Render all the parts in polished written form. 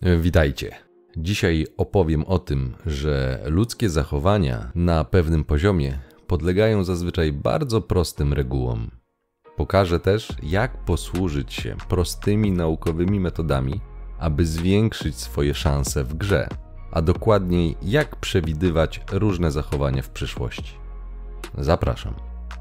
Witajcie. Dzisiaj opowiem o tym, że ludzkie zachowania na pewnym poziomie podlegają zazwyczaj bardzo prostym regułom. Pokażę też, jak posłużyć się prostymi naukowymi metodami, aby zwiększyć swoje szanse w grze, a dokładniej jak przewidywać różne zachowania w przyszłości. Zapraszam.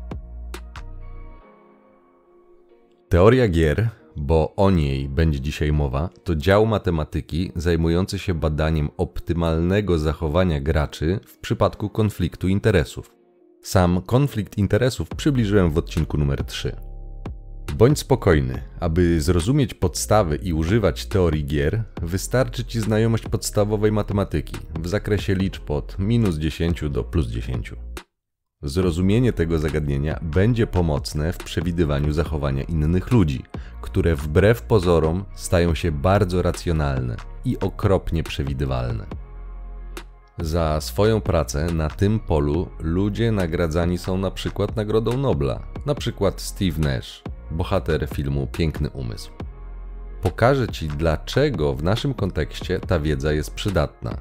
Teoria gier, bo o niej będzie dzisiaj mowa, to dział matematyki zajmujący się badaniem optymalnego zachowania graczy w przypadku konfliktu interesów. Sam konflikt interesów przybliżyłem w odcinku numer 3. Bądź spokojny, aby zrozumieć podstawy i używać teorii gier, wystarczy Ci znajomość podstawowej matematyki w zakresie liczb od -10 do +10. Zrozumienie tego zagadnienia będzie pomocne w przewidywaniu zachowania innych ludzi, które wbrew pozorom stają się bardzo racjonalne i okropnie przewidywalne. Za swoją pracę na tym polu ludzie nagradzani są na przykład Nagrodą Nobla, na przykład Steve Nash, bohater filmu Piękny Umysł. Pokażę Ci, dlaczego w naszym kontekście ta wiedza jest przydatna.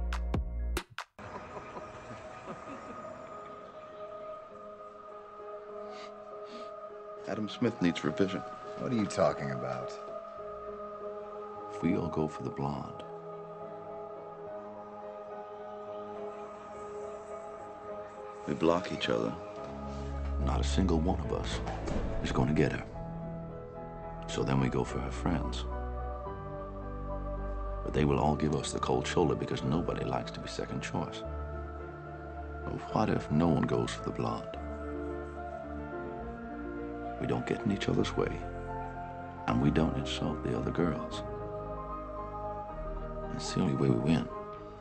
Adam Smith needs revision. What are you talking about? If we all go for the blonde, we block each other. Not a single one of us is going to get her. So then we go for her friends. But they will all give us the cold shoulder because nobody likes to be second choice. But what if no one goes for the blonde? We don't get in each other's way, and we don't insult the other girls. That's the only way we win.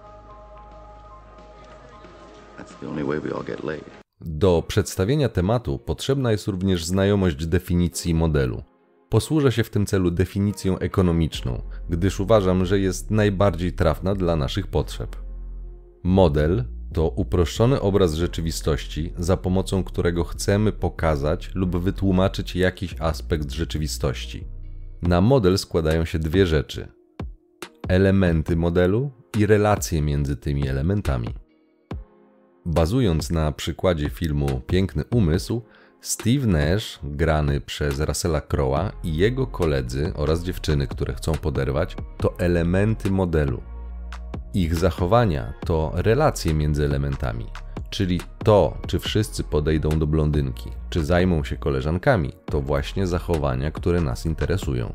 That's the only way we all get laid. Do przedstawienia tematu potrzebna jest również znajomość definicji modelu. Posłużę się w tym celu definicją ekonomiczną, gdyż uważam, że jest najbardziej trafna dla naszych potrzeb. Model to uproszczony obraz rzeczywistości, za pomocą którego chcemy pokazać lub wytłumaczyć jakiś aspekt rzeczywistości. Na model składają się dwie rzeczy: elementy modelu i relacje między tymi elementami. Bazując na przykładzie filmu Piękny Umysł, Steve Nash, grany przez Russella Crowe'a, i jego koledzy oraz dziewczyny, które chcą poderwać, to elementy modelu. Ich zachowania to relacje między elementami, czyli to, czy wszyscy podejdą do blondynki, czy zajmą się koleżankami, to właśnie zachowania, które nas interesują.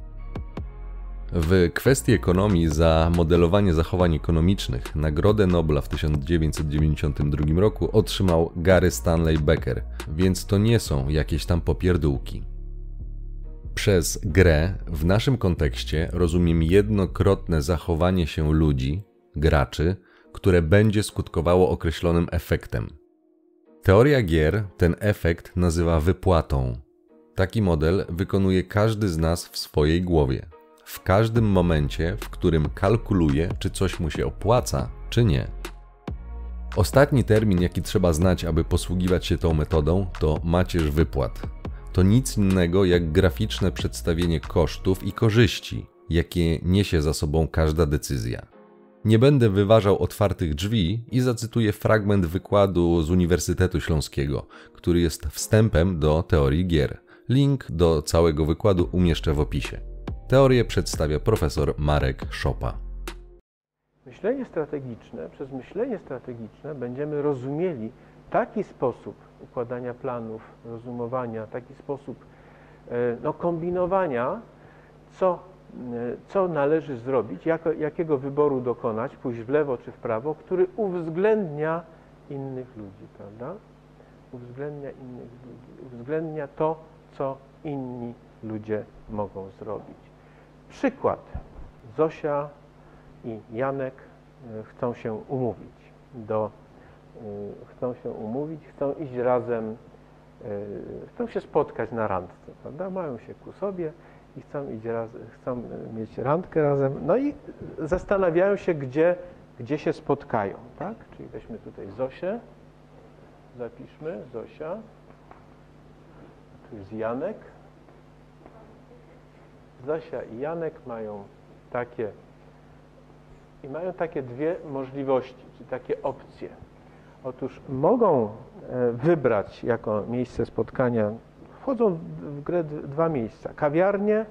W kwestii ekonomii za modelowanie zachowań ekonomicznych Nagrodę Nobla w 1992 roku otrzymał Gary Stanley Becker, więc to nie są jakieś tam popierdółki. Przez grę w naszym kontekście rozumiem jednokrotne zachowanie się ludzi, graczy, które będzie skutkowało określonym efektem. Teoria gier ten efekt nazywa wypłatą. Taki model wykonuje każdy z nas w swojej głowie, w każdym momencie, w którym kalkuluje, czy coś mu się opłaca, czy nie. Ostatni termin, jaki trzeba znać, aby posługiwać się tą metodą, to macierz wypłat. To nic innego jak graficzne przedstawienie kosztów i korzyści, jakie niesie za sobą każda decyzja. Nie będę wyważał otwartych drzwi i zacytuję fragment wykładu z Uniwersytetu Śląskiego, który jest wstępem do teorii gier. Link do całego wykładu umieszczę w opisie. Teorię przedstawia profesor Marek Szopa. Myślenie strategiczne, przez myślenie strategiczne będziemy rozumieli taki sposób układania planów, rozumowania, taki sposób kombinowania, co należy zrobić, jakiego wyboru dokonać, pójść w lewo czy w prawo, który uwzględnia innych ludzi, prawda? Uwzględnia innych ludzi, uwzględnia to, co inni ludzie mogą zrobić. Przykład. Zosia i Janek chcą się umówić. Chcą iść razem, chcą się spotkać na randce, prawda? Mają się ku sobie i chcą mieć randkę razem, no i zastanawiają się, gdzie się spotkają, tak? Czyli weźmy tutaj Zosię, zapiszmy, Zosia, tu jest Janek. Zosia i Janek mają takie I mają takie dwie możliwości, czy takie opcje. Otóż mogą wybrać jako miejsce spotkania, wchodzą w grę dwa miejsca, kawiarnie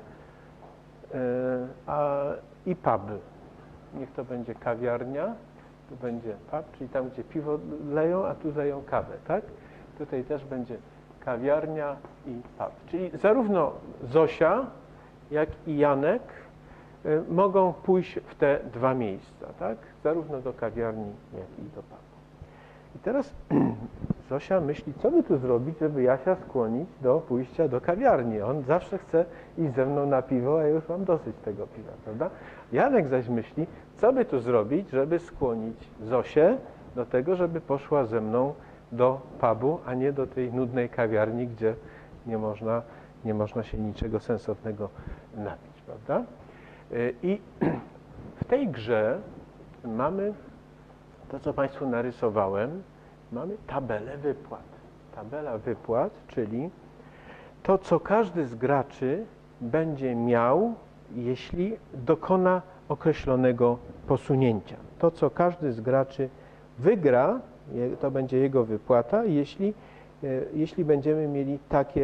i puby. Niech to będzie kawiarnia, tu będzie pub, czyli tam, gdzie piwo leją, a tu leją kawę, tak? Tutaj też będzie kawiarnia i pub. Czyli zarówno Zosia, jak i Janek mogą pójść w te dwa miejsca, tak? Zarówno do kawiarni, jak i do pubu. I teraz Zosia myśli, co by tu zrobić, żeby Jasia skłonić do pójścia do kawiarni. On zawsze chce iść ze mną na piwo, a ja już mam dosyć tego piwa, prawda? Janek zaś myśli, co by tu zrobić, żeby skłonić Zosię do tego, żeby poszła ze mną do pubu, a nie do tej nudnej kawiarni, gdzie nie można się niczego sensownego napić, prawda? I w tej grze mamy to, co Państwu narysowałem, mamy tabelę wypłat. Tabela wypłat, czyli to, co każdy z graczy będzie miał, jeśli dokona określonego posunięcia. To, co każdy z graczy wygra, to będzie jego wypłata, jeśli będziemy mieli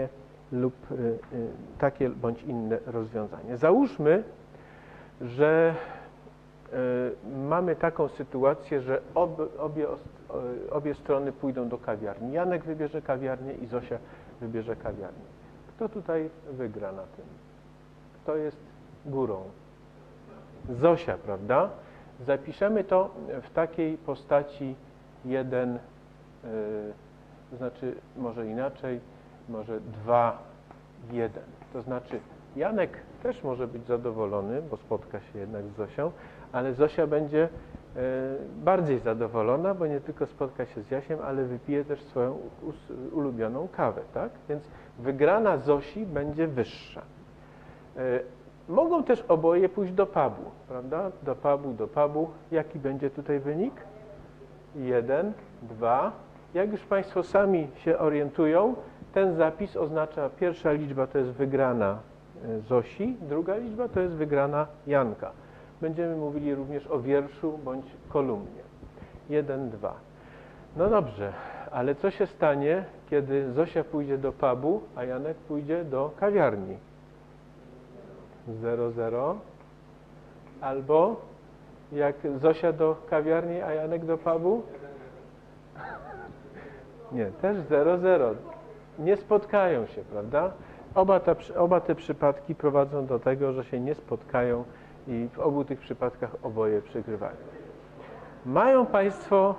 takie bądź inne rozwiązanie. Załóżmy, że mamy taką sytuację, że obie strony pójdą do kawiarni. Janek wybierze kawiarnię i Zosia wybierze kawiarnię. Kto tutaj wygra na tym? Kto jest górą? Zosia, prawda? Zapiszemy to w takiej postaci 1, to znaczy może inaczej, może 2, 1. To znaczy Janek też może być zadowolony, bo spotka się jednak z Zosią, ale Zosia będzie bardziej zadowolona, bo nie tylko spotka się z Jasiem, ale wypije też swoją ulubioną kawę, tak? Więc wygrana Zosi będzie wyższa. Mogą też oboje pójść do pubu, prawda? Do pubu. Jaki będzie tutaj wynik? 1, 2. Jak już Państwo sami się orientują, ten zapis oznacza, pierwsza liczba to jest wygrana Zosi, druga liczba to jest wygrana Janka. Będziemy mówili również o wierszu bądź kolumnie. 1, 2. No dobrze, ale co się stanie, kiedy Zosia pójdzie do pubu, a Janek pójdzie do kawiarni? 0, 0. Albo jak Zosia do kawiarni, a Janek do pubu? Nie, też 0, 0. Nie spotkają się, prawda? Oba te przypadki prowadzą do tego, że się nie spotkają i w obu tych przypadkach oboje przegrywają. Mają Państwo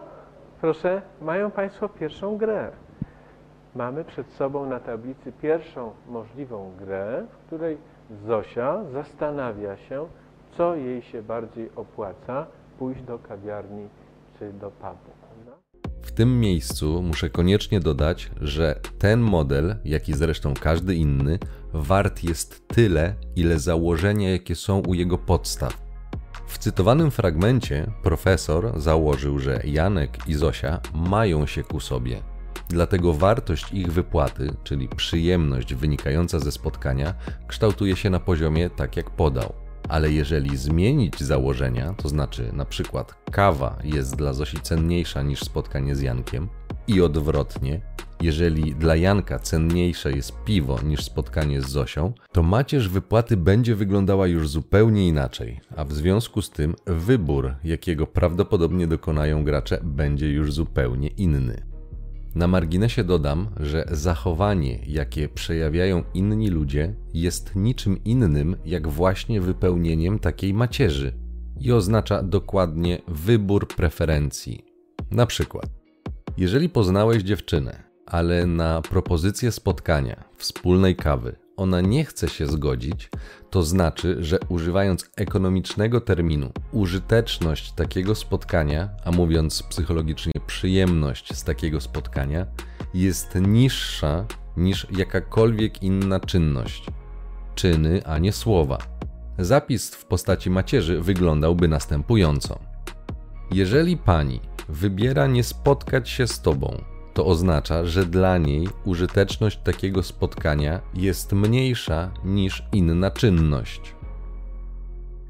pierwszą grę. Mamy przed sobą na tablicy pierwszą możliwą grę, w której Zosia zastanawia się, co jej się bardziej opłaca, pójść do kawiarni czy do pubu. W tym miejscu muszę koniecznie dodać, że ten model, jak i zresztą każdy inny, wart jest tyle, ile założenia, jakie są u jego podstaw. W cytowanym fragmencie profesor założył, że Janek i Zosia mają się ku sobie. Dlatego wartość ich wypłaty, czyli przyjemność wynikająca ze spotkania, kształtuje się na poziomie tak jak podał. Ale jeżeli zmienić założenia, to znaczy na przykład kawa jest dla Zosi cenniejsza niż spotkanie z Jankiem i odwrotnie, jeżeli dla Janka cenniejsze jest piwo niż spotkanie z Zosią, to macierz wypłaty będzie wyglądała już zupełnie inaczej, a w związku z tym wybór, jakiego prawdopodobnie dokonają gracze, będzie już zupełnie inny. Na marginesie dodam, że zachowanie, jakie przejawiają inni ludzie, jest niczym innym jak właśnie wypełnieniem takiej macierzy i oznacza dokładnie wybór preferencji. Na przykład, jeżeli poznałeś dziewczynę, ale na propozycję spotkania, wspólnej kawy, ona nie chce się zgodzić, to znaczy, że używając ekonomicznego terminu, użyteczność takiego spotkania, a mówiąc psychologicznie przyjemność z takiego spotkania, jest niższa niż jakakolwiek inna czynność. Czyny, a nie słowa. Zapis w postaci macierzy wyglądałby następująco. Jeżeli pani wybiera nie spotkać się z tobą, to oznacza, że dla niej użyteczność takiego spotkania jest mniejsza niż inna czynność.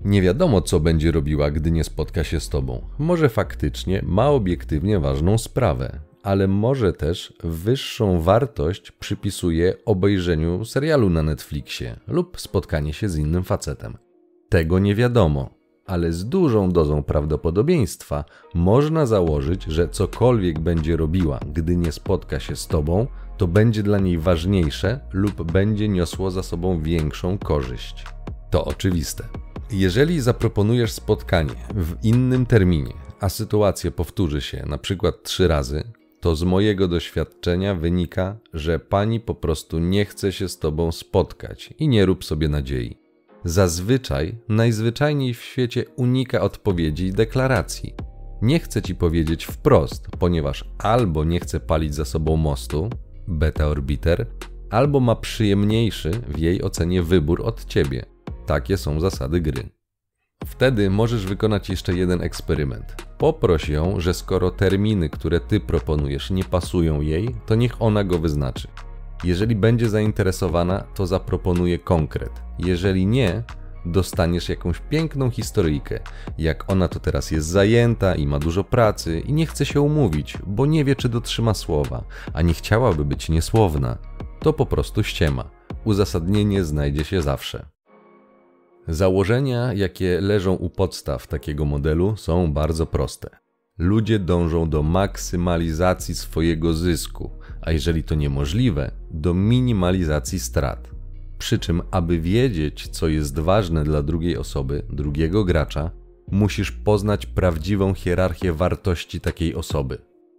Nie wiadomo, co będzie robiła, gdy nie spotka się z tobą. Może faktycznie ma obiektywnie ważną sprawę, ale może też wyższą wartość przypisuje obejrzeniu serialu na Netflixie lub spotkanie się z innym facetem. Tego nie wiadomo, ale z dużą dozą prawdopodobieństwa można założyć, że cokolwiek będzie robiła, gdy nie spotka się z tobą, to będzie dla niej ważniejsze lub będzie niosło za sobą większą korzyść. To oczywiste. Jeżeli zaproponujesz spotkanie w innym terminie, a sytuacja powtórzy się na przykład 3 razy, to z mojego doświadczenia wynika, że pani po prostu nie chce się z tobą spotkać i nie rób sobie nadziei. Zazwyczaj, najzwyczajniej w świecie unika odpowiedzi i deklaracji. Nie chce ci powiedzieć wprost, ponieważ albo nie chce palić za sobą mostu, beta orbiter, albo ma przyjemniejszy w jej ocenie wybór od ciebie. Takie są zasady gry. Wtedy możesz wykonać jeszcze jeden eksperyment. Poproś ją, że skoro terminy, które ty proponujesz, nie pasują jej, to niech ona go wyznaczy. Jeżeli będzie zainteresowana, to zaproponuje konkret. Jeżeli nie, dostaniesz jakąś piękną historyjkę, jak ona to teraz jest zajęta i ma dużo pracy i nie chce się umówić, bo nie wie, czy dotrzyma słowa, a nie chciałaby być niesłowna. To po prostu ściema. Uzasadnienie znajdzie się zawsze. Założenia, jakie leżą u podstaw takiego modelu, są bardzo proste. Ludzie dążą do maksymalizacji swojego zysku, a jeżeli to niemożliwe, do minimalizacji strat. Przy czym, aby wiedzieć, co jest ważne dla drugiej osoby, drugiego gracza, musisz poznać prawdziwą hierarchię wartości takiej osoby.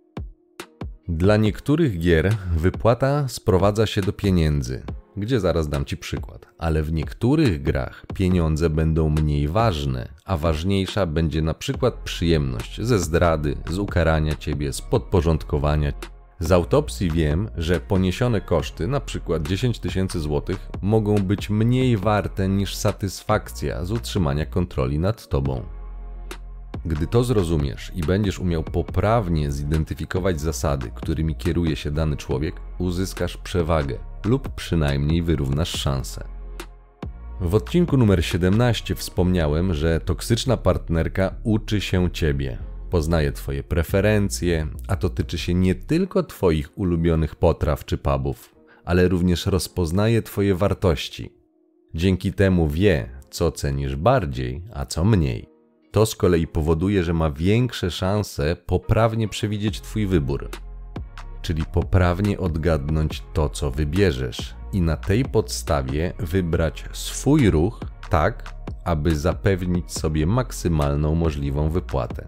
Dla niektórych gier wypłata sprowadza się do pieniędzy, gdzie zaraz dam ci przykład, ale w niektórych grach pieniądze będą mniej ważne, a ważniejsza będzie na przykład przyjemność ze zdrady, z ukarania ciebie, z podporządkowania. Z autopsji wiem, że poniesione koszty, na przykład 10 000 złotych, mogą być mniej warte niż satysfakcja z utrzymania kontroli nad tobą. Gdy to zrozumiesz i będziesz umiał poprawnie zidentyfikować zasady, którymi kieruje się dany człowiek, uzyskasz przewagę lub przynajmniej wyrównasz szanse. W odcinku numer 17 wspomniałem, że toksyczna partnerka uczy się ciebie. Poznaje twoje preferencje, a to tyczy się nie tylko twoich ulubionych potraw czy pubów, ale również rozpoznaje twoje wartości. Dzięki temu wie, co cenisz bardziej, a co mniej. To z kolei powoduje, że ma większe szanse poprawnie przewidzieć twój wybór. Czyli poprawnie odgadnąć to, co wybierzesz i na tej podstawie wybrać swój ruch tak, aby zapewnić sobie maksymalną możliwą wypłatę.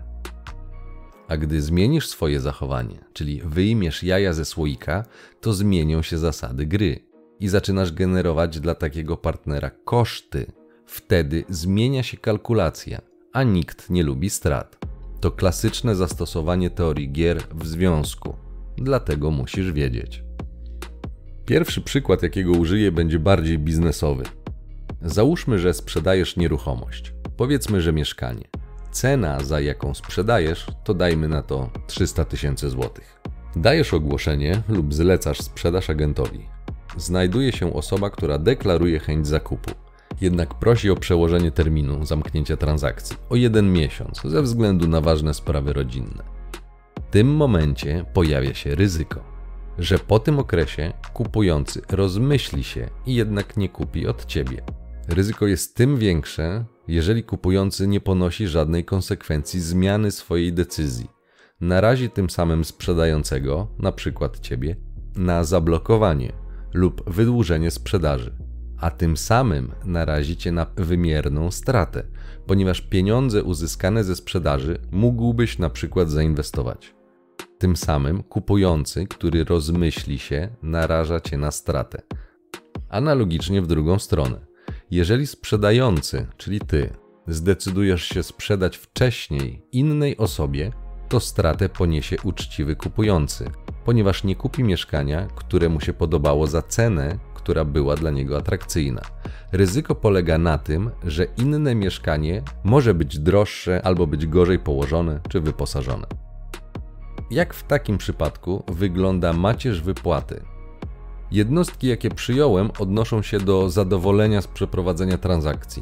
A gdy zmienisz swoje zachowanie, czyli wyjmiesz jaja ze słoika, to zmienią się zasady gry i zaczynasz generować dla takiego partnera koszty. Wtedy zmienia się kalkulacja, a nikt nie lubi strat. To klasyczne zastosowanie teorii gier w związku, dlatego musisz wiedzieć. Pierwszy przykład, jakiego użyję, będzie bardziej biznesowy. Załóżmy, że sprzedajesz nieruchomość. Powiedzmy, że mieszkanie. Cena, za jaką sprzedajesz, to dajmy na to 300 000 złotych. Dajesz ogłoszenie lub zlecasz sprzedaż agentowi. Znajduje się osoba, która deklaruje chęć zakupu. Jednak prosi o przełożenie terminu zamknięcia transakcji o 1 miesiąc ze względu na ważne sprawy rodzinne. W tym momencie pojawia się ryzyko, że po tym okresie kupujący rozmyśli się i jednak nie kupi od ciebie. Ryzyko jest tym większe, jeżeli kupujący nie ponosi żadnej konsekwencji zmiany swojej decyzji. Narazi tym samym sprzedającego, na przykład ciebie, na zablokowanie lub wydłużenie sprzedaży, a tym samym narazi cię na wymierną stratę, ponieważ pieniądze uzyskane ze sprzedaży mógłbyś na przykład zainwestować. Tym samym kupujący, który rozmyśli się, naraża cię na stratę. Analogicznie w drugą stronę. Jeżeli sprzedający, czyli ty, zdecydujesz się sprzedać wcześniej innej osobie, to stratę poniesie uczciwy kupujący, ponieważ nie kupi mieszkania, które mu się podobało za cenę, która była dla niego atrakcyjna. Ryzyko polega na tym, że inne mieszkanie może być droższe albo być gorzej położone czy wyposażone. Jak w takim przypadku wygląda macierz wypłaty? Jednostki, jakie przyjąłem, odnoszą się do zadowolenia z przeprowadzenia transakcji.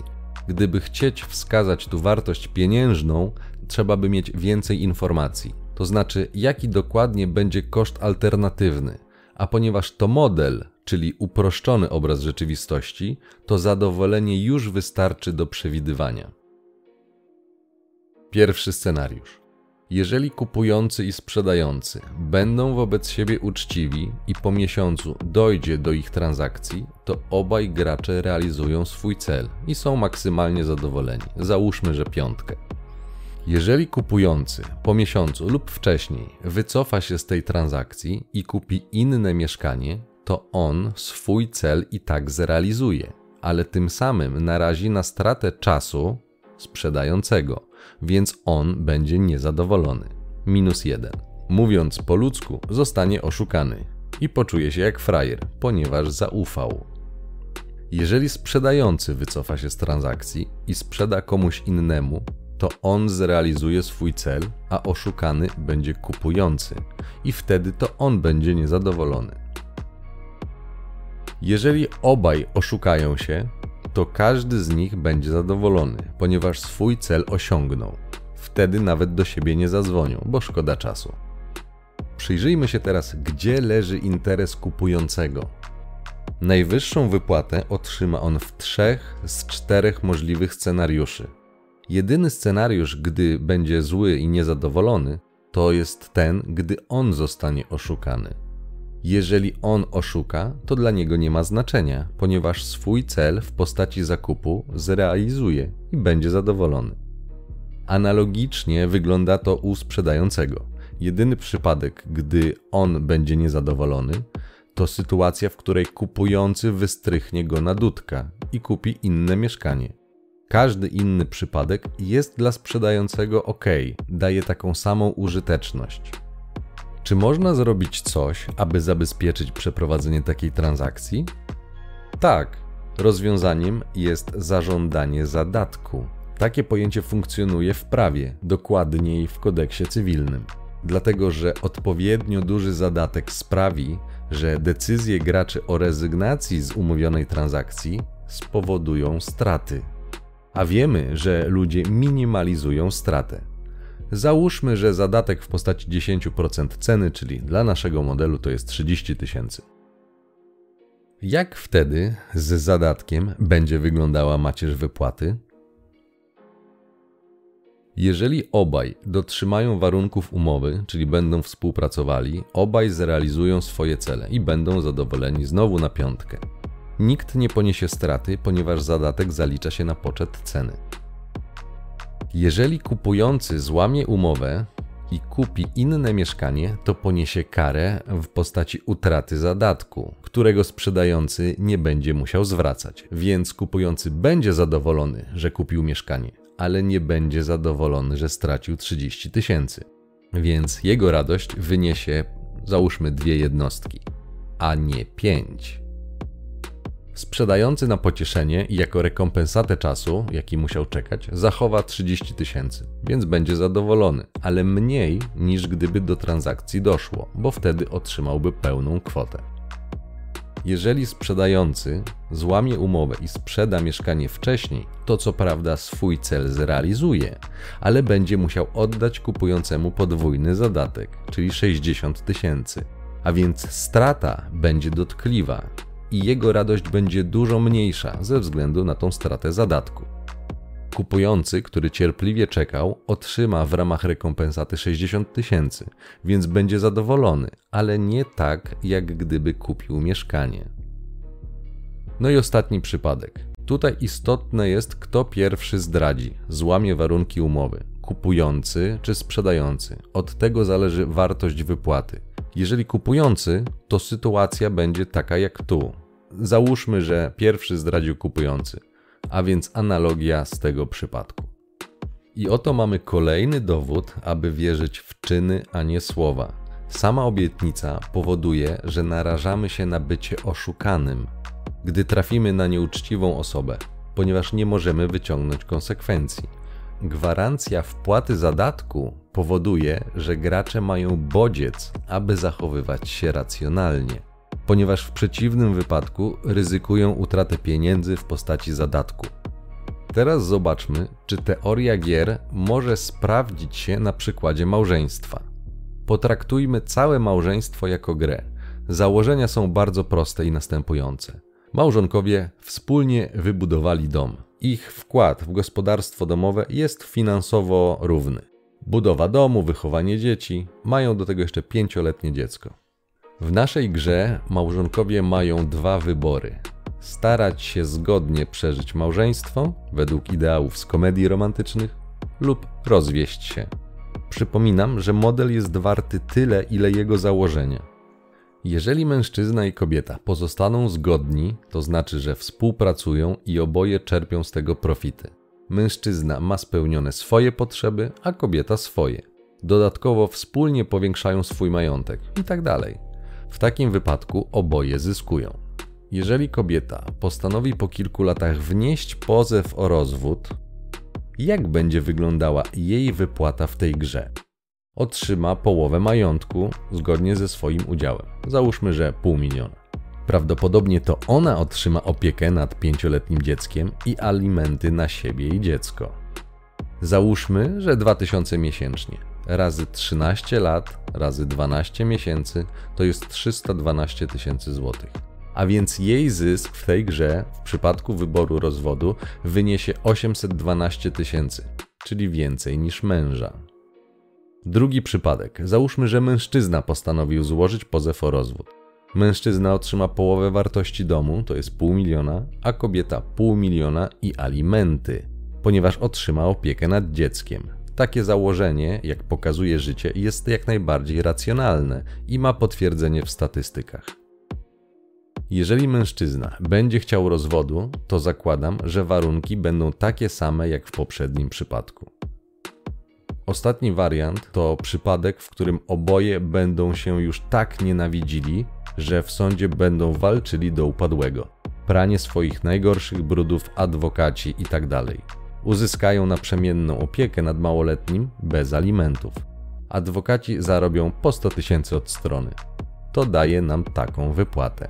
Gdyby chcieć wskazać tu wartość pieniężną, trzeba by mieć więcej informacji. To znaczy, jaki dokładnie będzie koszt alternatywny. A ponieważ to model, czyli uproszczony obraz rzeczywistości, to zadowolenie już wystarczy do przewidywania. Pierwszy scenariusz. Jeżeli kupujący i sprzedający będą wobec siebie uczciwi i po miesiącu dojdzie do ich transakcji, to obaj gracze realizują swój cel i są maksymalnie zadowoleni. Załóżmy, że 5. Jeżeli kupujący po miesiącu lub wcześniej wycofa się z tej transakcji i kupi inne mieszkanie, to on swój cel i tak zrealizuje, ale tym samym narazi na stratę czasu sprzedającego, więc on będzie niezadowolony. -1. Mówiąc po ludzku, zostanie oszukany i poczuje się jak frajer, ponieważ zaufał. Jeżeli sprzedający wycofa się z transakcji i sprzeda komuś innemu, to on zrealizuje swój cel, a oszukany będzie kupujący i wtedy to on będzie niezadowolony. Jeżeli obaj oszukają się, to każdy z nich będzie zadowolony, ponieważ swój cel osiągnął. Wtedy nawet do siebie nie zadzwonią, bo szkoda czasu. Przyjrzyjmy się teraz, gdzie leży interes kupującego. Najwyższą wypłatę otrzyma on w 3 z 4 możliwych scenariuszy. Jedyny scenariusz, gdy będzie zły i niezadowolony, to jest ten, gdy on zostanie oszukany. Jeżeli on oszuka, to dla niego nie ma znaczenia, ponieważ swój cel w postaci zakupu zrealizuje i będzie zadowolony. Analogicznie wygląda to u sprzedającego. Jedyny przypadek, gdy on będzie niezadowolony, to sytuacja, w której kupujący wystrychnie go na dudka i kupi inne mieszkanie. Każdy inny przypadek jest dla sprzedającego ok, daje taką samą użyteczność. Czy można zrobić coś, aby zabezpieczyć przeprowadzenie takiej transakcji? Tak, rozwiązaniem jest zażądanie zadatku. Takie pojęcie funkcjonuje w prawie, dokładniej w kodeksie cywilnym. Dlatego, że odpowiednio duży zadatek sprawi, że decyzje graczy o rezygnacji z umówionej transakcji spowodują straty. A wiemy, że ludzie minimalizują stratę. Załóżmy, że zadatek w postaci 10% ceny, czyli dla naszego modelu to jest 30 000. Jak wtedy z zadatkiem będzie wyglądała macierz wypłaty? Jeżeli obaj dotrzymają warunków umowy, czyli będą współpracowali, obaj zrealizują swoje cele i będą zadowoleni znowu na 5. Nikt nie poniesie straty, ponieważ zadatek zalicza się na poczet ceny. Jeżeli kupujący złamie umowę i kupi inne mieszkanie, to poniesie karę w postaci utraty zadatku, którego sprzedający nie będzie musiał zwracać. Więc kupujący będzie zadowolony, że kupił mieszkanie, ale nie będzie zadowolony, że stracił 30 000. Więc jego radość wyniesie, załóżmy, 2 jednostki, a nie 5. Sprzedający na pocieszenie i jako rekompensatę czasu, jaki musiał czekać, zachowa 30 000, więc będzie zadowolony, ale mniej niż gdyby do transakcji doszło, bo wtedy otrzymałby pełną kwotę. Jeżeli sprzedający złamie umowę i sprzeda mieszkanie wcześniej, to co prawda swój cel zrealizuje, ale będzie musiał oddać kupującemu podwójny zadatek, czyli 60 000, a więc strata będzie dotkliwa i jego radość będzie dużo mniejsza ze względu na tą stratę zadatku. Kupujący, który cierpliwie czekał, otrzyma w ramach rekompensaty 60 000, więc będzie zadowolony, ale nie tak, jak gdyby kupił mieszkanie. No i ostatni przypadek. Tutaj istotne jest, kto pierwszy zdradzi, złamie warunki umowy, kupujący czy sprzedający. Od tego zależy wartość wypłaty. Jeżeli kupujący, to sytuacja będzie taka jak tu. Załóżmy, że pierwszy zdradził kupujący, a więc analogia z tego przypadku. I oto mamy kolejny dowód, aby wierzyć w czyny, a nie słowa. Sama obietnica powoduje, że narażamy się na bycie oszukanym, gdy trafimy na nieuczciwą osobę, ponieważ nie możemy wyciągnąć konsekwencji. Gwarancja wpłaty zadatku powoduje, że gracze mają bodziec, aby zachowywać się racjonalnie, ponieważ w przeciwnym wypadku ryzykują utratę pieniędzy w postaci zadatku. Teraz zobaczmy, czy teoria gier może sprawdzić się na przykładzie małżeństwa. Potraktujmy całe małżeństwo jako grę. Założenia są bardzo proste i następujące. Małżonkowie wspólnie wybudowali dom. Ich wkład w gospodarstwo domowe jest finansowo równy. Budowa domu, wychowanie dzieci, mają do tego jeszcze 5-letnie dziecko. W naszej grze małżonkowie mają 2 wybory. Starać się zgodnie przeżyć małżeństwo, według ideałów z komedii romantycznych, lub rozwieść się. Przypominam, że model jest warty tyle, ile jego założenia. Jeżeli mężczyzna i kobieta pozostaną zgodni, to znaczy, że współpracują i oboje czerpią z tego profity. Mężczyzna ma spełnione swoje potrzeby, a kobieta swoje. Dodatkowo wspólnie powiększają swój majątek itd. W takim wypadku oboje zyskują. Jeżeli kobieta postanowi po kilku latach wnieść pozew o rozwód, jak będzie wyglądała jej wypłata w tej grze? Otrzyma połowę majątku zgodnie ze swoim udziałem. Załóżmy, że 500 000. Prawdopodobnie to ona otrzyma opiekę nad 5-letnim dzieckiem i alimenty na siebie i dziecko. Załóżmy, że 2000 miesięcznie. Razy 13 lat, razy 12 miesięcy to jest 312 000 złotych. A więc jej zysk w tej grze w przypadku wyboru rozwodu wyniesie 812 000, czyli więcej niż męża. Drugi przypadek. Załóżmy, że mężczyzna postanowił złożyć pozew o rozwód. Mężczyzna otrzyma połowę wartości domu, to jest 500 000, a kobieta 500 000 i alimenty, ponieważ otrzyma opiekę nad dzieckiem. Takie założenie, jak pokazuje życie, jest jak najbardziej racjonalne i ma potwierdzenie w statystykach. Jeżeli mężczyzna będzie chciał rozwodu, to zakładam, że warunki będą takie same jak w poprzednim przypadku. Ostatni wariant to przypadek, w którym oboje będą się już tak nienawidzili, że w sądzie będą walczyli do upadłego. Pranie swoich najgorszych brudów, adwokaci itd. Uzyskają naprzemienną opiekę nad małoletnim bez alimentów. Adwokaci zarobią po 100 000 od strony. To daje nam taką wypłatę.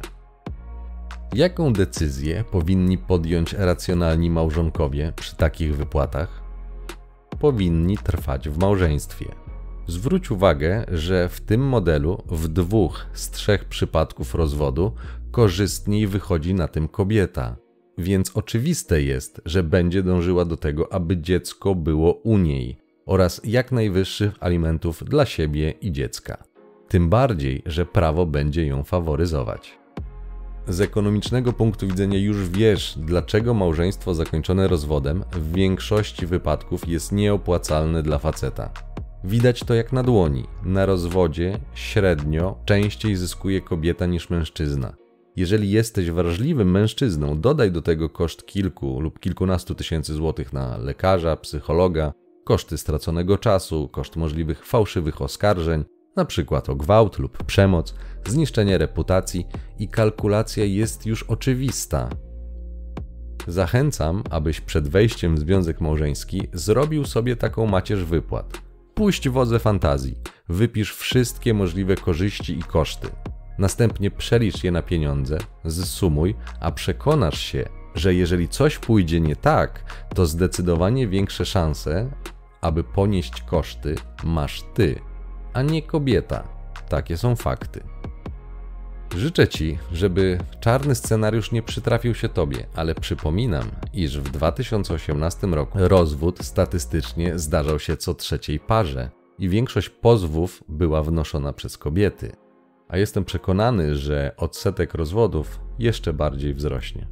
Jaką decyzję powinni podjąć racjonalni małżonkowie przy takich wypłatach? Powinni trwać w małżeństwie. Zwróć uwagę, że w tym modelu w 2 z 3 przypadków rozwodu korzystniej wychodzi na tym kobieta, więc oczywiste jest, że będzie dążyła do tego, aby dziecko było u niej oraz jak najwyższych alimentów dla siebie i dziecka. Tym bardziej, że prawo będzie ją faworyzować. Z ekonomicznego punktu widzenia już wiesz, dlaczego małżeństwo zakończone rozwodem w większości wypadków jest nieopłacalne dla faceta. Widać to jak na dłoni. Na rozwodzie średnio częściej zyskuje kobieta niż mężczyzna. Jeżeli jesteś wrażliwym mężczyzną, dodaj do tego koszt kilku lub kilkunastu tysięcy złotych na lekarza, psychologa, koszty straconego czasu, koszt możliwych fałszywych oskarżeń, na przykład o gwałt lub przemoc, zniszczenie reputacji i kalkulacja jest już oczywista. Zachęcam, abyś przed wejściem w związek małżeński zrobił sobie taką macierz wypłat. Puść wodze fantazji, wypisz wszystkie możliwe korzyści i koszty. Następnie przelicz je na pieniądze, zsumuj, a przekonasz się, że jeżeli coś pójdzie nie tak, to zdecydowanie większe szanse, aby ponieść koszty masz ty, a nie kobieta. Takie są fakty. Życzę Ci, żeby czarny scenariusz nie przytrafił się Tobie, ale przypominam, iż w 2018 roku rozwód statystycznie zdarzał się co 3. parze i większość pozwów była wnoszona przez kobiety. A jestem przekonany, że odsetek rozwodów jeszcze bardziej wzrośnie.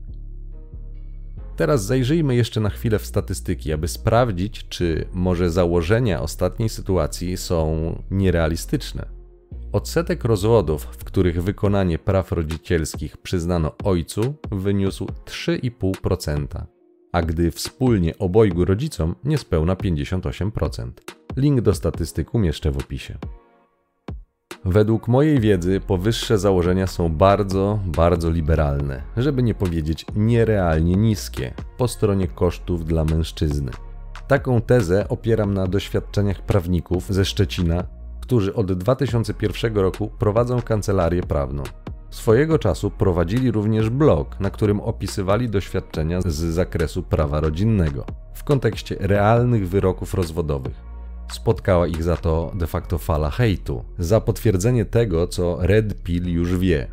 Teraz zajrzyjmy jeszcze na chwilę w statystyki, aby sprawdzić, czy może założenia ostatniej sytuacji są nierealistyczne. Odsetek rozwodów, w których wykonanie praw rodzicielskich przyznano ojcu, wyniósł 3,5%, a gdy wspólnie obojgu rodzicom niespełna 58%. Link do statystyk umieszczę w opisie. Według mojej wiedzy powyższe założenia są bardzo liberalne, żeby nie powiedzieć nierealnie niskie, po stronie kosztów dla mężczyzny. Taką tezę opieram na doświadczeniach prawników ze Szczecina, którzy od 2001 roku prowadzą kancelarię prawną. Swojego czasu prowadzili również blog, na którym opisywali doświadczenia z zakresu prawa rodzinnego w kontekście realnych wyroków rozwodowych. Spotkała ich za to de facto fala hejtu, za potwierdzenie tego, co Red Pill już wie.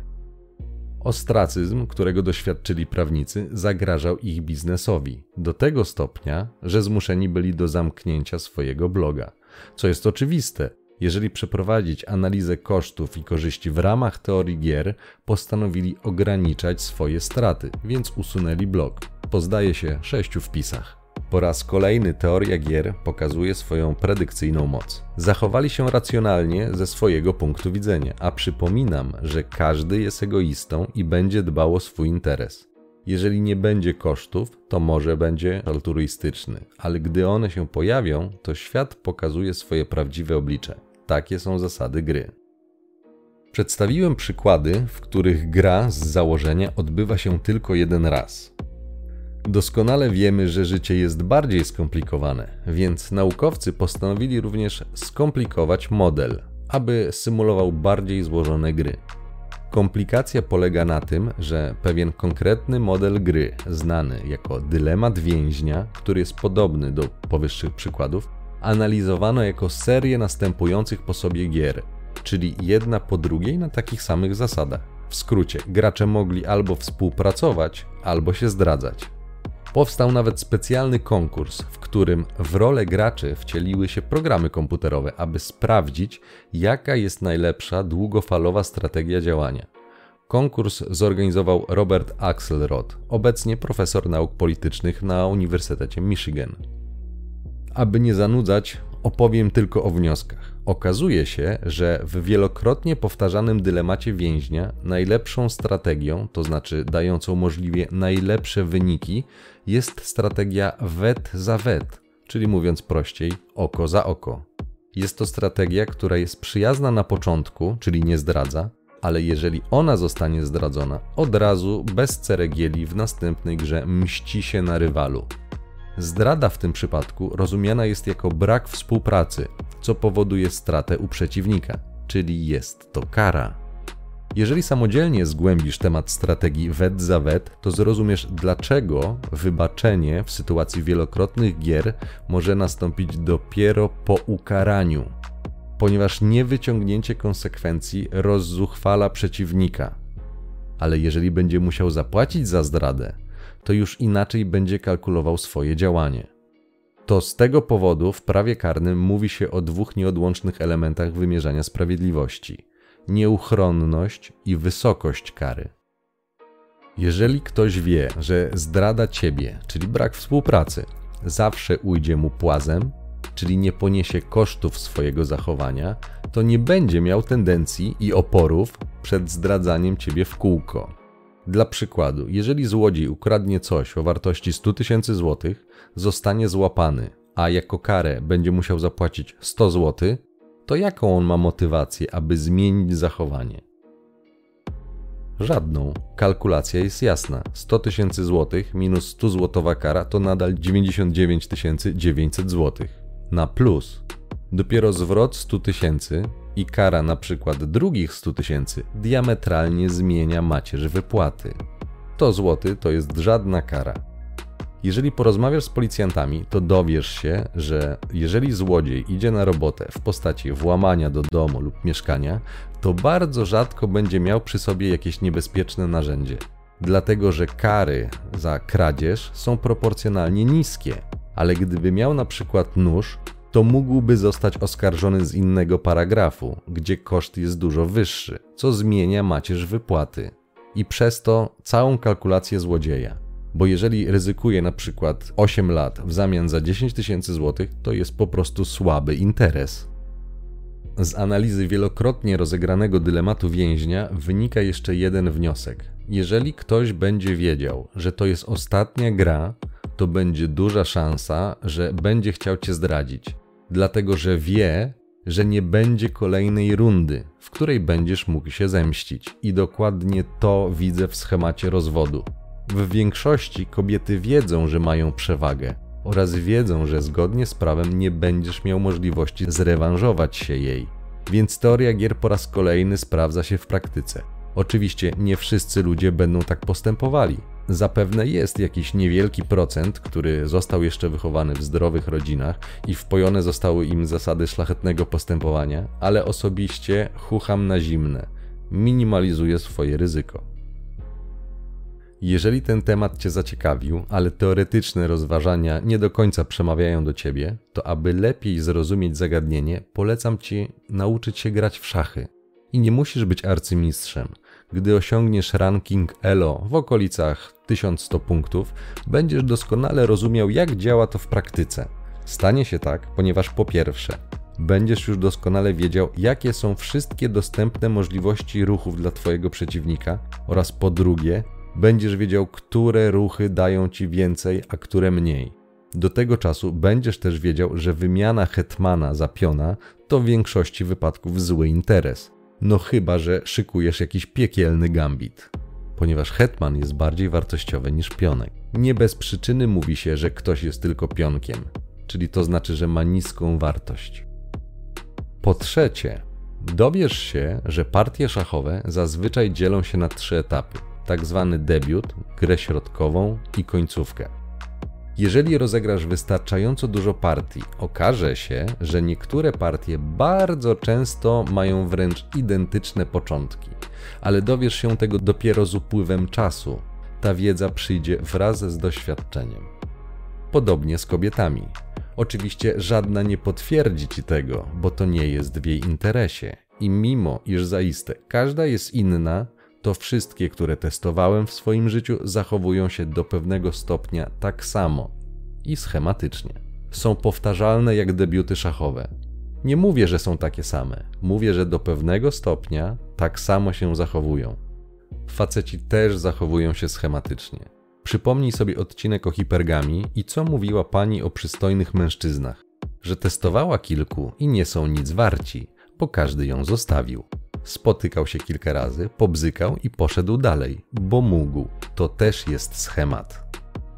Ostracyzm, którego doświadczyli prawnicy, zagrażał ich biznesowi do tego stopnia, że zmuszeni byli do zamknięcia swojego bloga. Co jest oczywiste, jeżeli przeprowadzić analizę kosztów i korzyści w ramach teorii gier, postanowili ograniczać swoje straty, więc usunęli blog. Po zdaje się 6 wpisach. Po raz kolejny teoria gier pokazuje swoją predykcyjną moc. Zachowali się racjonalnie ze swojego punktu widzenia, a przypominam, że każdy jest egoistą i będzie dbał o swój interes. Jeżeli nie będzie kosztów, to może będzie altruistyczny, ale gdy one się pojawią, to świat pokazuje swoje prawdziwe oblicze. Takie są zasady gry. Przedstawiłem przykłady, w których gra z założenia odbywa się tylko jeden raz. Doskonale wiemy, że życie jest bardziej skomplikowane, więc naukowcy postanowili również skomplikować model, aby symulował bardziej złożone gry. Komplikacja polega na tym, że pewien konkretny model gry, znany jako dylemat więźnia, który jest podobny do powyższych przykładów, analizowano jako serię następujących po sobie gier, czyli jedna po drugiej na takich samych zasadach. W skrócie, gracze mogli albo współpracować, albo się zdradzać. Powstał nawet specjalny konkurs, w którym w rolę graczy wcieliły się programy komputerowe, aby sprawdzić, jaka jest najlepsza długofalowa strategia działania. Konkurs zorganizował Robert Axelrod, obecnie profesor nauk politycznych na Uniwersytecie Michigan. Aby nie zanudzać, opowiem tylko o wnioskach. Okazuje się, że w wielokrotnie powtarzanym dylemacie więźnia najlepszą strategią, to znaczy dającą możliwie najlepsze wyniki, jest strategia wet za wet, czyli mówiąc prościej, oko za oko. Jest to strategia, która jest przyjazna na początku, czyli nie zdradza, ale jeżeli ona zostanie zdradzona, od razu bez ceregieli w następnej grze mści się na rywalu. Zdrada w tym przypadku rozumiana jest jako brak współpracy, co powoduje stratę u przeciwnika, czyli jest to kara. Jeżeli samodzielnie zgłębisz temat strategii wet za wet, to zrozumiesz, dlaczego wybaczenie w sytuacji wielokrotnych gier może nastąpić dopiero po ukaraniu, ponieważ niewyciągnięcie konsekwencji rozzuchwala przeciwnika. Ale jeżeli będzie musiał zapłacić za zdradę, to już inaczej będzie kalkulował swoje działanie. To z tego powodu w prawie karnym mówi się o dwóch nieodłącznych elementach wymierzania sprawiedliwości: nieuchronność i wysokość kary. Jeżeli ktoś wie, że zdrada ciebie, czyli brak współpracy, zawsze ujdzie mu płazem, czyli nie poniesie kosztów swojego zachowania, to nie będzie miał tendencji i oporów przed zdradzaniem ciebie w kółko. Dla przykładu, jeżeli złodziej ukradnie coś o wartości 100 000 złotych, zostanie złapany, a jako karę będzie musiał zapłacić 100 zł, to jaką on ma motywację, aby zmienić zachowanie? Żadną. Kalkulacja jest jasna. 100 000 złotych minus 100 złotowa kara to nadal 99 900 złotych. Na plus. Dopiero zwrot 100 000 i kara na przykład drugich 100 000 diametralnie zmienia macierz wypłaty. 100 zł to jest żadna kara. Jeżeli porozmawiasz z policjantami, to dowiesz się, że jeżeli złodziej idzie na robotę w postaci włamania do domu lub mieszkania, to bardzo rzadko będzie miał przy sobie jakieś niebezpieczne narzędzie. Dlatego, że kary za kradzież są proporcjonalnie niskie, ale gdyby miał na przykład nóż, to mógłby zostać oskarżony z innego paragrafu, gdzie koszt jest dużo wyższy, co zmienia macierz wypłaty. I przez to całą kalkulację złodzieja. Bo jeżeli ryzykuje na przykład 8 lat w zamian za 10 000 złotych, to jest po prostu słaby interes. Z analizy wielokrotnie rozegranego dylematu więźnia wynika jeszcze jeden wniosek. Jeżeli ktoś będzie wiedział, że to jest ostatnia gra, to będzie duża szansa, że będzie chciał cię zdradzić. Dlatego, że wie, że nie będzie kolejnej rundy, w której będziesz mógł się zemścić. I dokładnie to widzę w schemacie rozwodu. W większości kobiety wiedzą, że mają przewagę oraz wiedzą, że zgodnie z prawem nie będziesz miał możliwości zrewanżować się jej. Więc teoria gier po raz kolejny sprawdza się w praktyce. Oczywiście nie wszyscy ludzie będą tak postępowali. Zapewne jest jakiś niewielki procent, który został jeszcze wychowany w zdrowych rodzinach i wpojone zostały im zasady szlachetnego postępowania, ale osobiście chucham na zimne. Minimalizuję swoje ryzyko. Jeżeli ten temat Cię zaciekawił, ale teoretyczne rozważania nie do końca przemawiają do Ciebie, to aby lepiej zrozumieć zagadnienie, polecam Ci nauczyć się grać w szachy. I nie musisz być arcymistrzem. Gdy osiągniesz ranking ELO w okolicach 1100 punktów, będziesz doskonale rozumiał, jak działa to w praktyce. Stanie się tak, ponieważ po pierwsze, będziesz już doskonale wiedział, jakie są wszystkie dostępne możliwości ruchów dla Twojego przeciwnika oraz po drugie, będziesz wiedział, które ruchy dają Ci więcej, a które mniej. Do tego czasu będziesz też wiedział, że wymiana hetmana za piona to w większości wypadków zły interes. No chyba, że szykujesz jakiś piekielny gambit. Ponieważ hetman jest bardziej wartościowy niż pionek. Nie bez przyczyny mówi się, że ktoś jest tylko pionkiem, czyli to znaczy, że ma niską wartość. Po trzecie, dowiesz się, że partie szachowe zazwyczaj dzielą się na 3 etapy. Tak zwany debiut, grę środkową i końcówkę. Jeżeli rozegrasz wystarczająco dużo partii, okaże się, że niektóre partie bardzo często mają wręcz identyczne początki, ale dowiesz się tego dopiero z upływem czasu. Ta wiedza przyjdzie wraz z doświadczeniem. Podobnie z kobietami. Oczywiście żadna nie potwierdzi Ci tego, bo to nie jest w jej interesie. I mimo, iż zaiste każda jest inna, to wszystkie, które testowałem w swoim życiu, zachowują się do pewnego stopnia tak samo i schematycznie. Są powtarzalne jak debiuty szachowe. Nie mówię, że są takie same. Mówię, że do pewnego stopnia tak samo się zachowują. Faceci też zachowują się schematycznie. Przypomnij sobie odcinek o hipergamii i co mówiła pani o przystojnych mężczyznach. Że testowała kilku i nie są nic warci, bo każdy ją zostawił. Spotykał się kilka razy, pobzykał i poszedł dalej, bo mógł. To też jest schemat.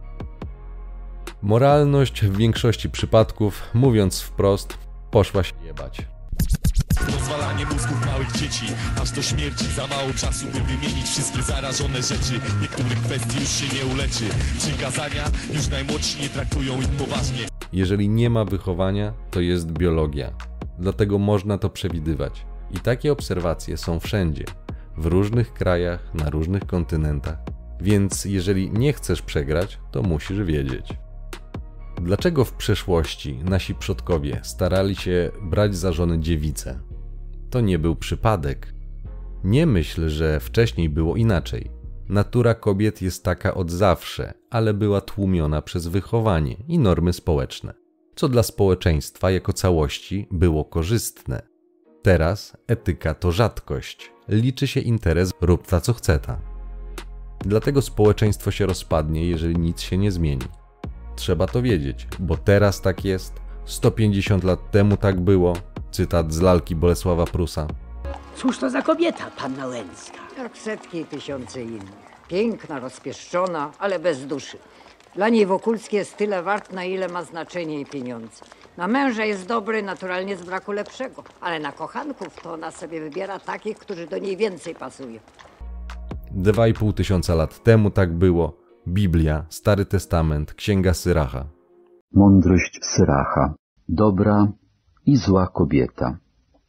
Moralność w większości przypadków, mówiąc wprost, poszła się jebać. Rozwalanie mózgów małych dzieci, aż do śmierci. Za mało czasu, by wymienić wszystkie zarażone rzeczy. Niektórych kwestii już się nie uleczy. Przykazania już najmłodsi nie traktują ich poważnie. Jeżeli nie ma wychowania, to jest biologia. Dlatego można to przewidywać. I takie obserwacje są wszędzie, w różnych krajach, na różnych kontynentach. Więc jeżeli nie chcesz przegrać, to musisz wiedzieć. Dlaczego w przeszłości nasi przodkowie starali się brać za żonę dziewice? To nie był przypadek. Nie myśl, że wcześniej było inaczej. Natura kobiet jest taka od zawsze, ale była tłumiona przez wychowanie i normy społeczne, co dla społeczeństwa jako całości było korzystne. Teraz etyka to rzadkość. Liczy się interes, rób ta co chce ta. Dlatego społeczeństwo się rozpadnie, jeżeli nic się nie zmieni. Trzeba to wiedzieć, bo teraz tak jest, 150 lat temu tak było. Cytat z lalki Bolesława Prusa. Cóż to za kobieta, panna Łęcka? Jak setki i tysiące innych. Piękna, rozpieszczona, ale bez duszy. Dla niej Wokulski jest tyle wart, na ile ma znaczenie jej pieniądze. Na męża jest dobry naturalnie z braku lepszego, ale na kochanków to ona sobie wybiera takich, którzy do niej więcej pasują. 2500 lat temu tak było. Biblia, Stary Testament, Księga Syracha. Mądrość Syracha. Dobra i zła kobieta.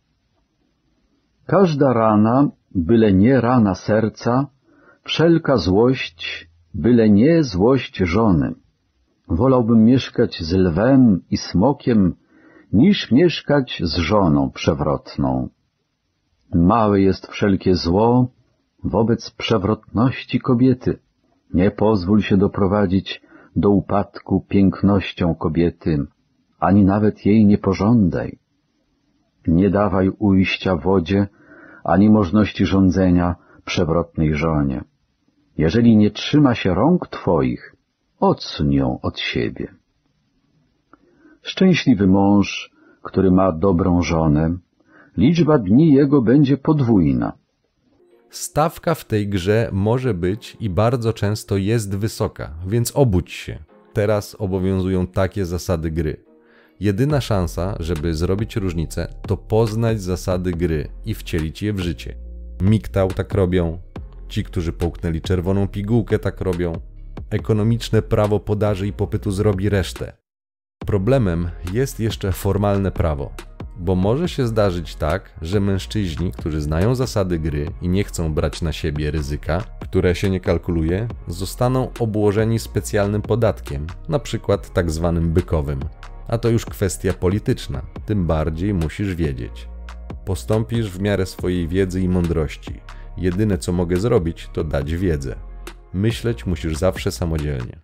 Każda rana, byle nie rana serca, wszelka złość, byle nie złość żony. Wolałbym mieszkać z lwem i smokiem, niż mieszkać z żoną przewrotną. Małe jest wszelkie zło wobec przewrotności kobiety. Nie pozwól się doprowadzić do upadku pięknością kobiety, ani nawet jej nie pożądaj. Nie dawaj ujścia wodzie, ani możności rządzenia przewrotnej żonie. Jeżeli nie trzyma się rąk twoich, odsuń ją od siebie. Szczęśliwy mąż, który ma dobrą żonę, liczba dni jego będzie podwójna. Stawka w tej grze może być i bardzo często jest wysoka, więc obudź się. Teraz obowiązują takie zasady gry. Jedyna szansa, żeby zrobić różnicę, to poznać zasady gry i wcielić je w życie. MGTOW tak robią, ci, którzy połknęli czerwoną pigułkę tak robią. Ekonomiczne prawo podaży i popytu zrobi resztę. Problemem jest jeszcze formalne prawo, bo może się zdarzyć tak, że mężczyźni, którzy znają zasady gry i nie chcą brać na siebie ryzyka, które się nie kalkuluje, zostaną obłożeni specjalnym podatkiem, na przykład tak zwanym bykowym. A to już kwestia polityczna, tym bardziej musisz wiedzieć. Postąpisz w miarę swojej wiedzy i mądrości. Jedyne co mogę zrobić, to dać wiedzę. Myśleć musisz zawsze samodzielnie.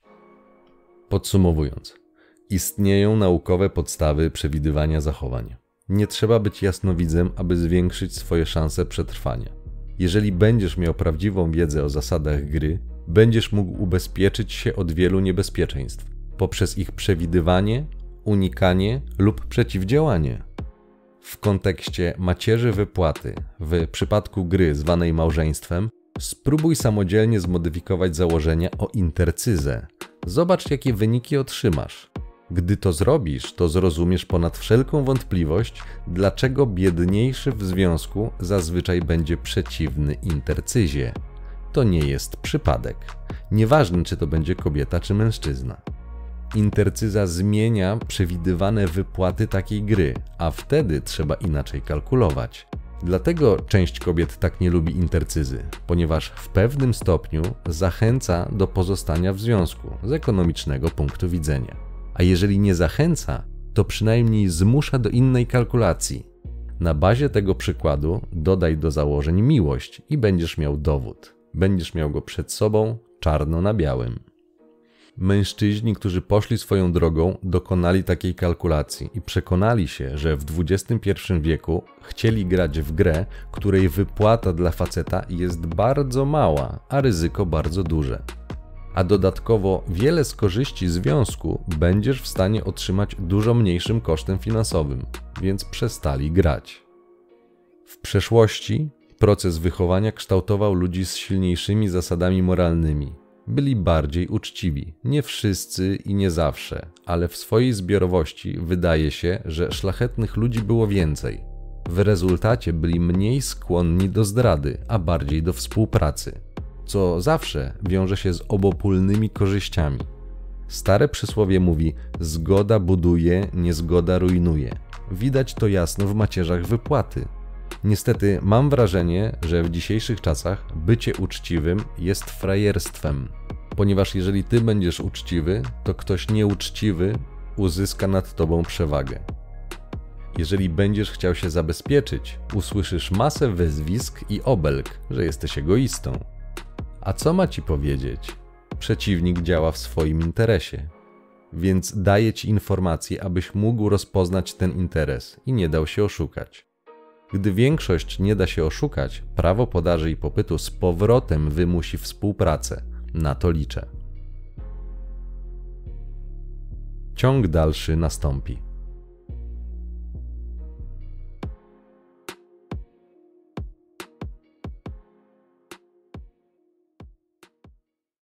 Podsumowując, istnieją naukowe podstawy przewidywania zachowań. Nie trzeba być jasnowidzem, aby zwiększyć swoje szanse przetrwania. Jeżeli będziesz miał prawdziwą wiedzę o zasadach gry, będziesz mógł ubezpieczyć się od wielu niebezpieczeństw poprzez ich przewidywanie, unikanie lub przeciwdziałanie. W kontekście macierzy wypłaty, w przypadku gry zwanej małżeństwem, spróbuj samodzielnie zmodyfikować założenia o intercyzę. Zobacz, jakie wyniki otrzymasz. Gdy to zrobisz, to zrozumiesz ponad wszelką wątpliwość, dlaczego biedniejszy w związku zazwyczaj będzie przeciwny intercyzie. To nie jest przypadek. Nieważne, czy to będzie kobieta, czy mężczyzna. Intercyza zmienia przewidywane wypłaty takiej gry, a wtedy trzeba inaczej kalkulować. Dlatego część kobiet tak nie lubi intercyzy, ponieważ w pewnym stopniu zachęca do pozostania w związku z ekonomicznego punktu widzenia. A jeżeli nie zachęca, to przynajmniej zmusza do innej kalkulacji. Na bazie tego przykładu dodaj do założeń miłość i będziesz miał dowód. Będziesz miał go przed sobą czarno na białym. Mężczyźni, którzy poszli swoją drogą, dokonali takiej kalkulacji i przekonali się, że w XXI wieku chcieli grać w grę, której wypłata dla faceta jest bardzo mała, a ryzyko bardzo duże. A dodatkowo wiele z korzyści związku będziesz w stanie otrzymać dużo mniejszym kosztem finansowym, więc przestali grać. W przeszłości proces wychowania kształtował ludzi z silniejszymi zasadami moralnymi. Byli bardziej uczciwi. Nie wszyscy i nie zawsze, ale w swojej zbiorowości wydaje się, że szlachetnych ludzi było więcej. W rezultacie byli mniej skłonni do zdrady, a bardziej do współpracy, co zawsze wiąże się z obopólnymi korzyściami. Stare przysłowie mówi: zgoda buduje, niezgoda rujnuje. Widać to jasno w macierzach wypłaty. Niestety mam wrażenie, że w dzisiejszych czasach bycie uczciwym jest frajerstwem, ponieważ jeżeli ty będziesz uczciwy, to ktoś nieuczciwy uzyska nad tobą przewagę. Jeżeli będziesz chciał się zabezpieczyć, usłyszysz masę wyzwisk i obelg, że jesteś egoistą. A co ma ci powiedzieć? Przeciwnik działa w swoim interesie, więc daję ci informacje, abyś mógł rozpoznać ten interes i nie dał się oszukać. Gdy większość nie da się oszukać, prawo podaży i popytu z powrotem wymusi współpracę. Na to liczę. Ciąg dalszy nastąpi.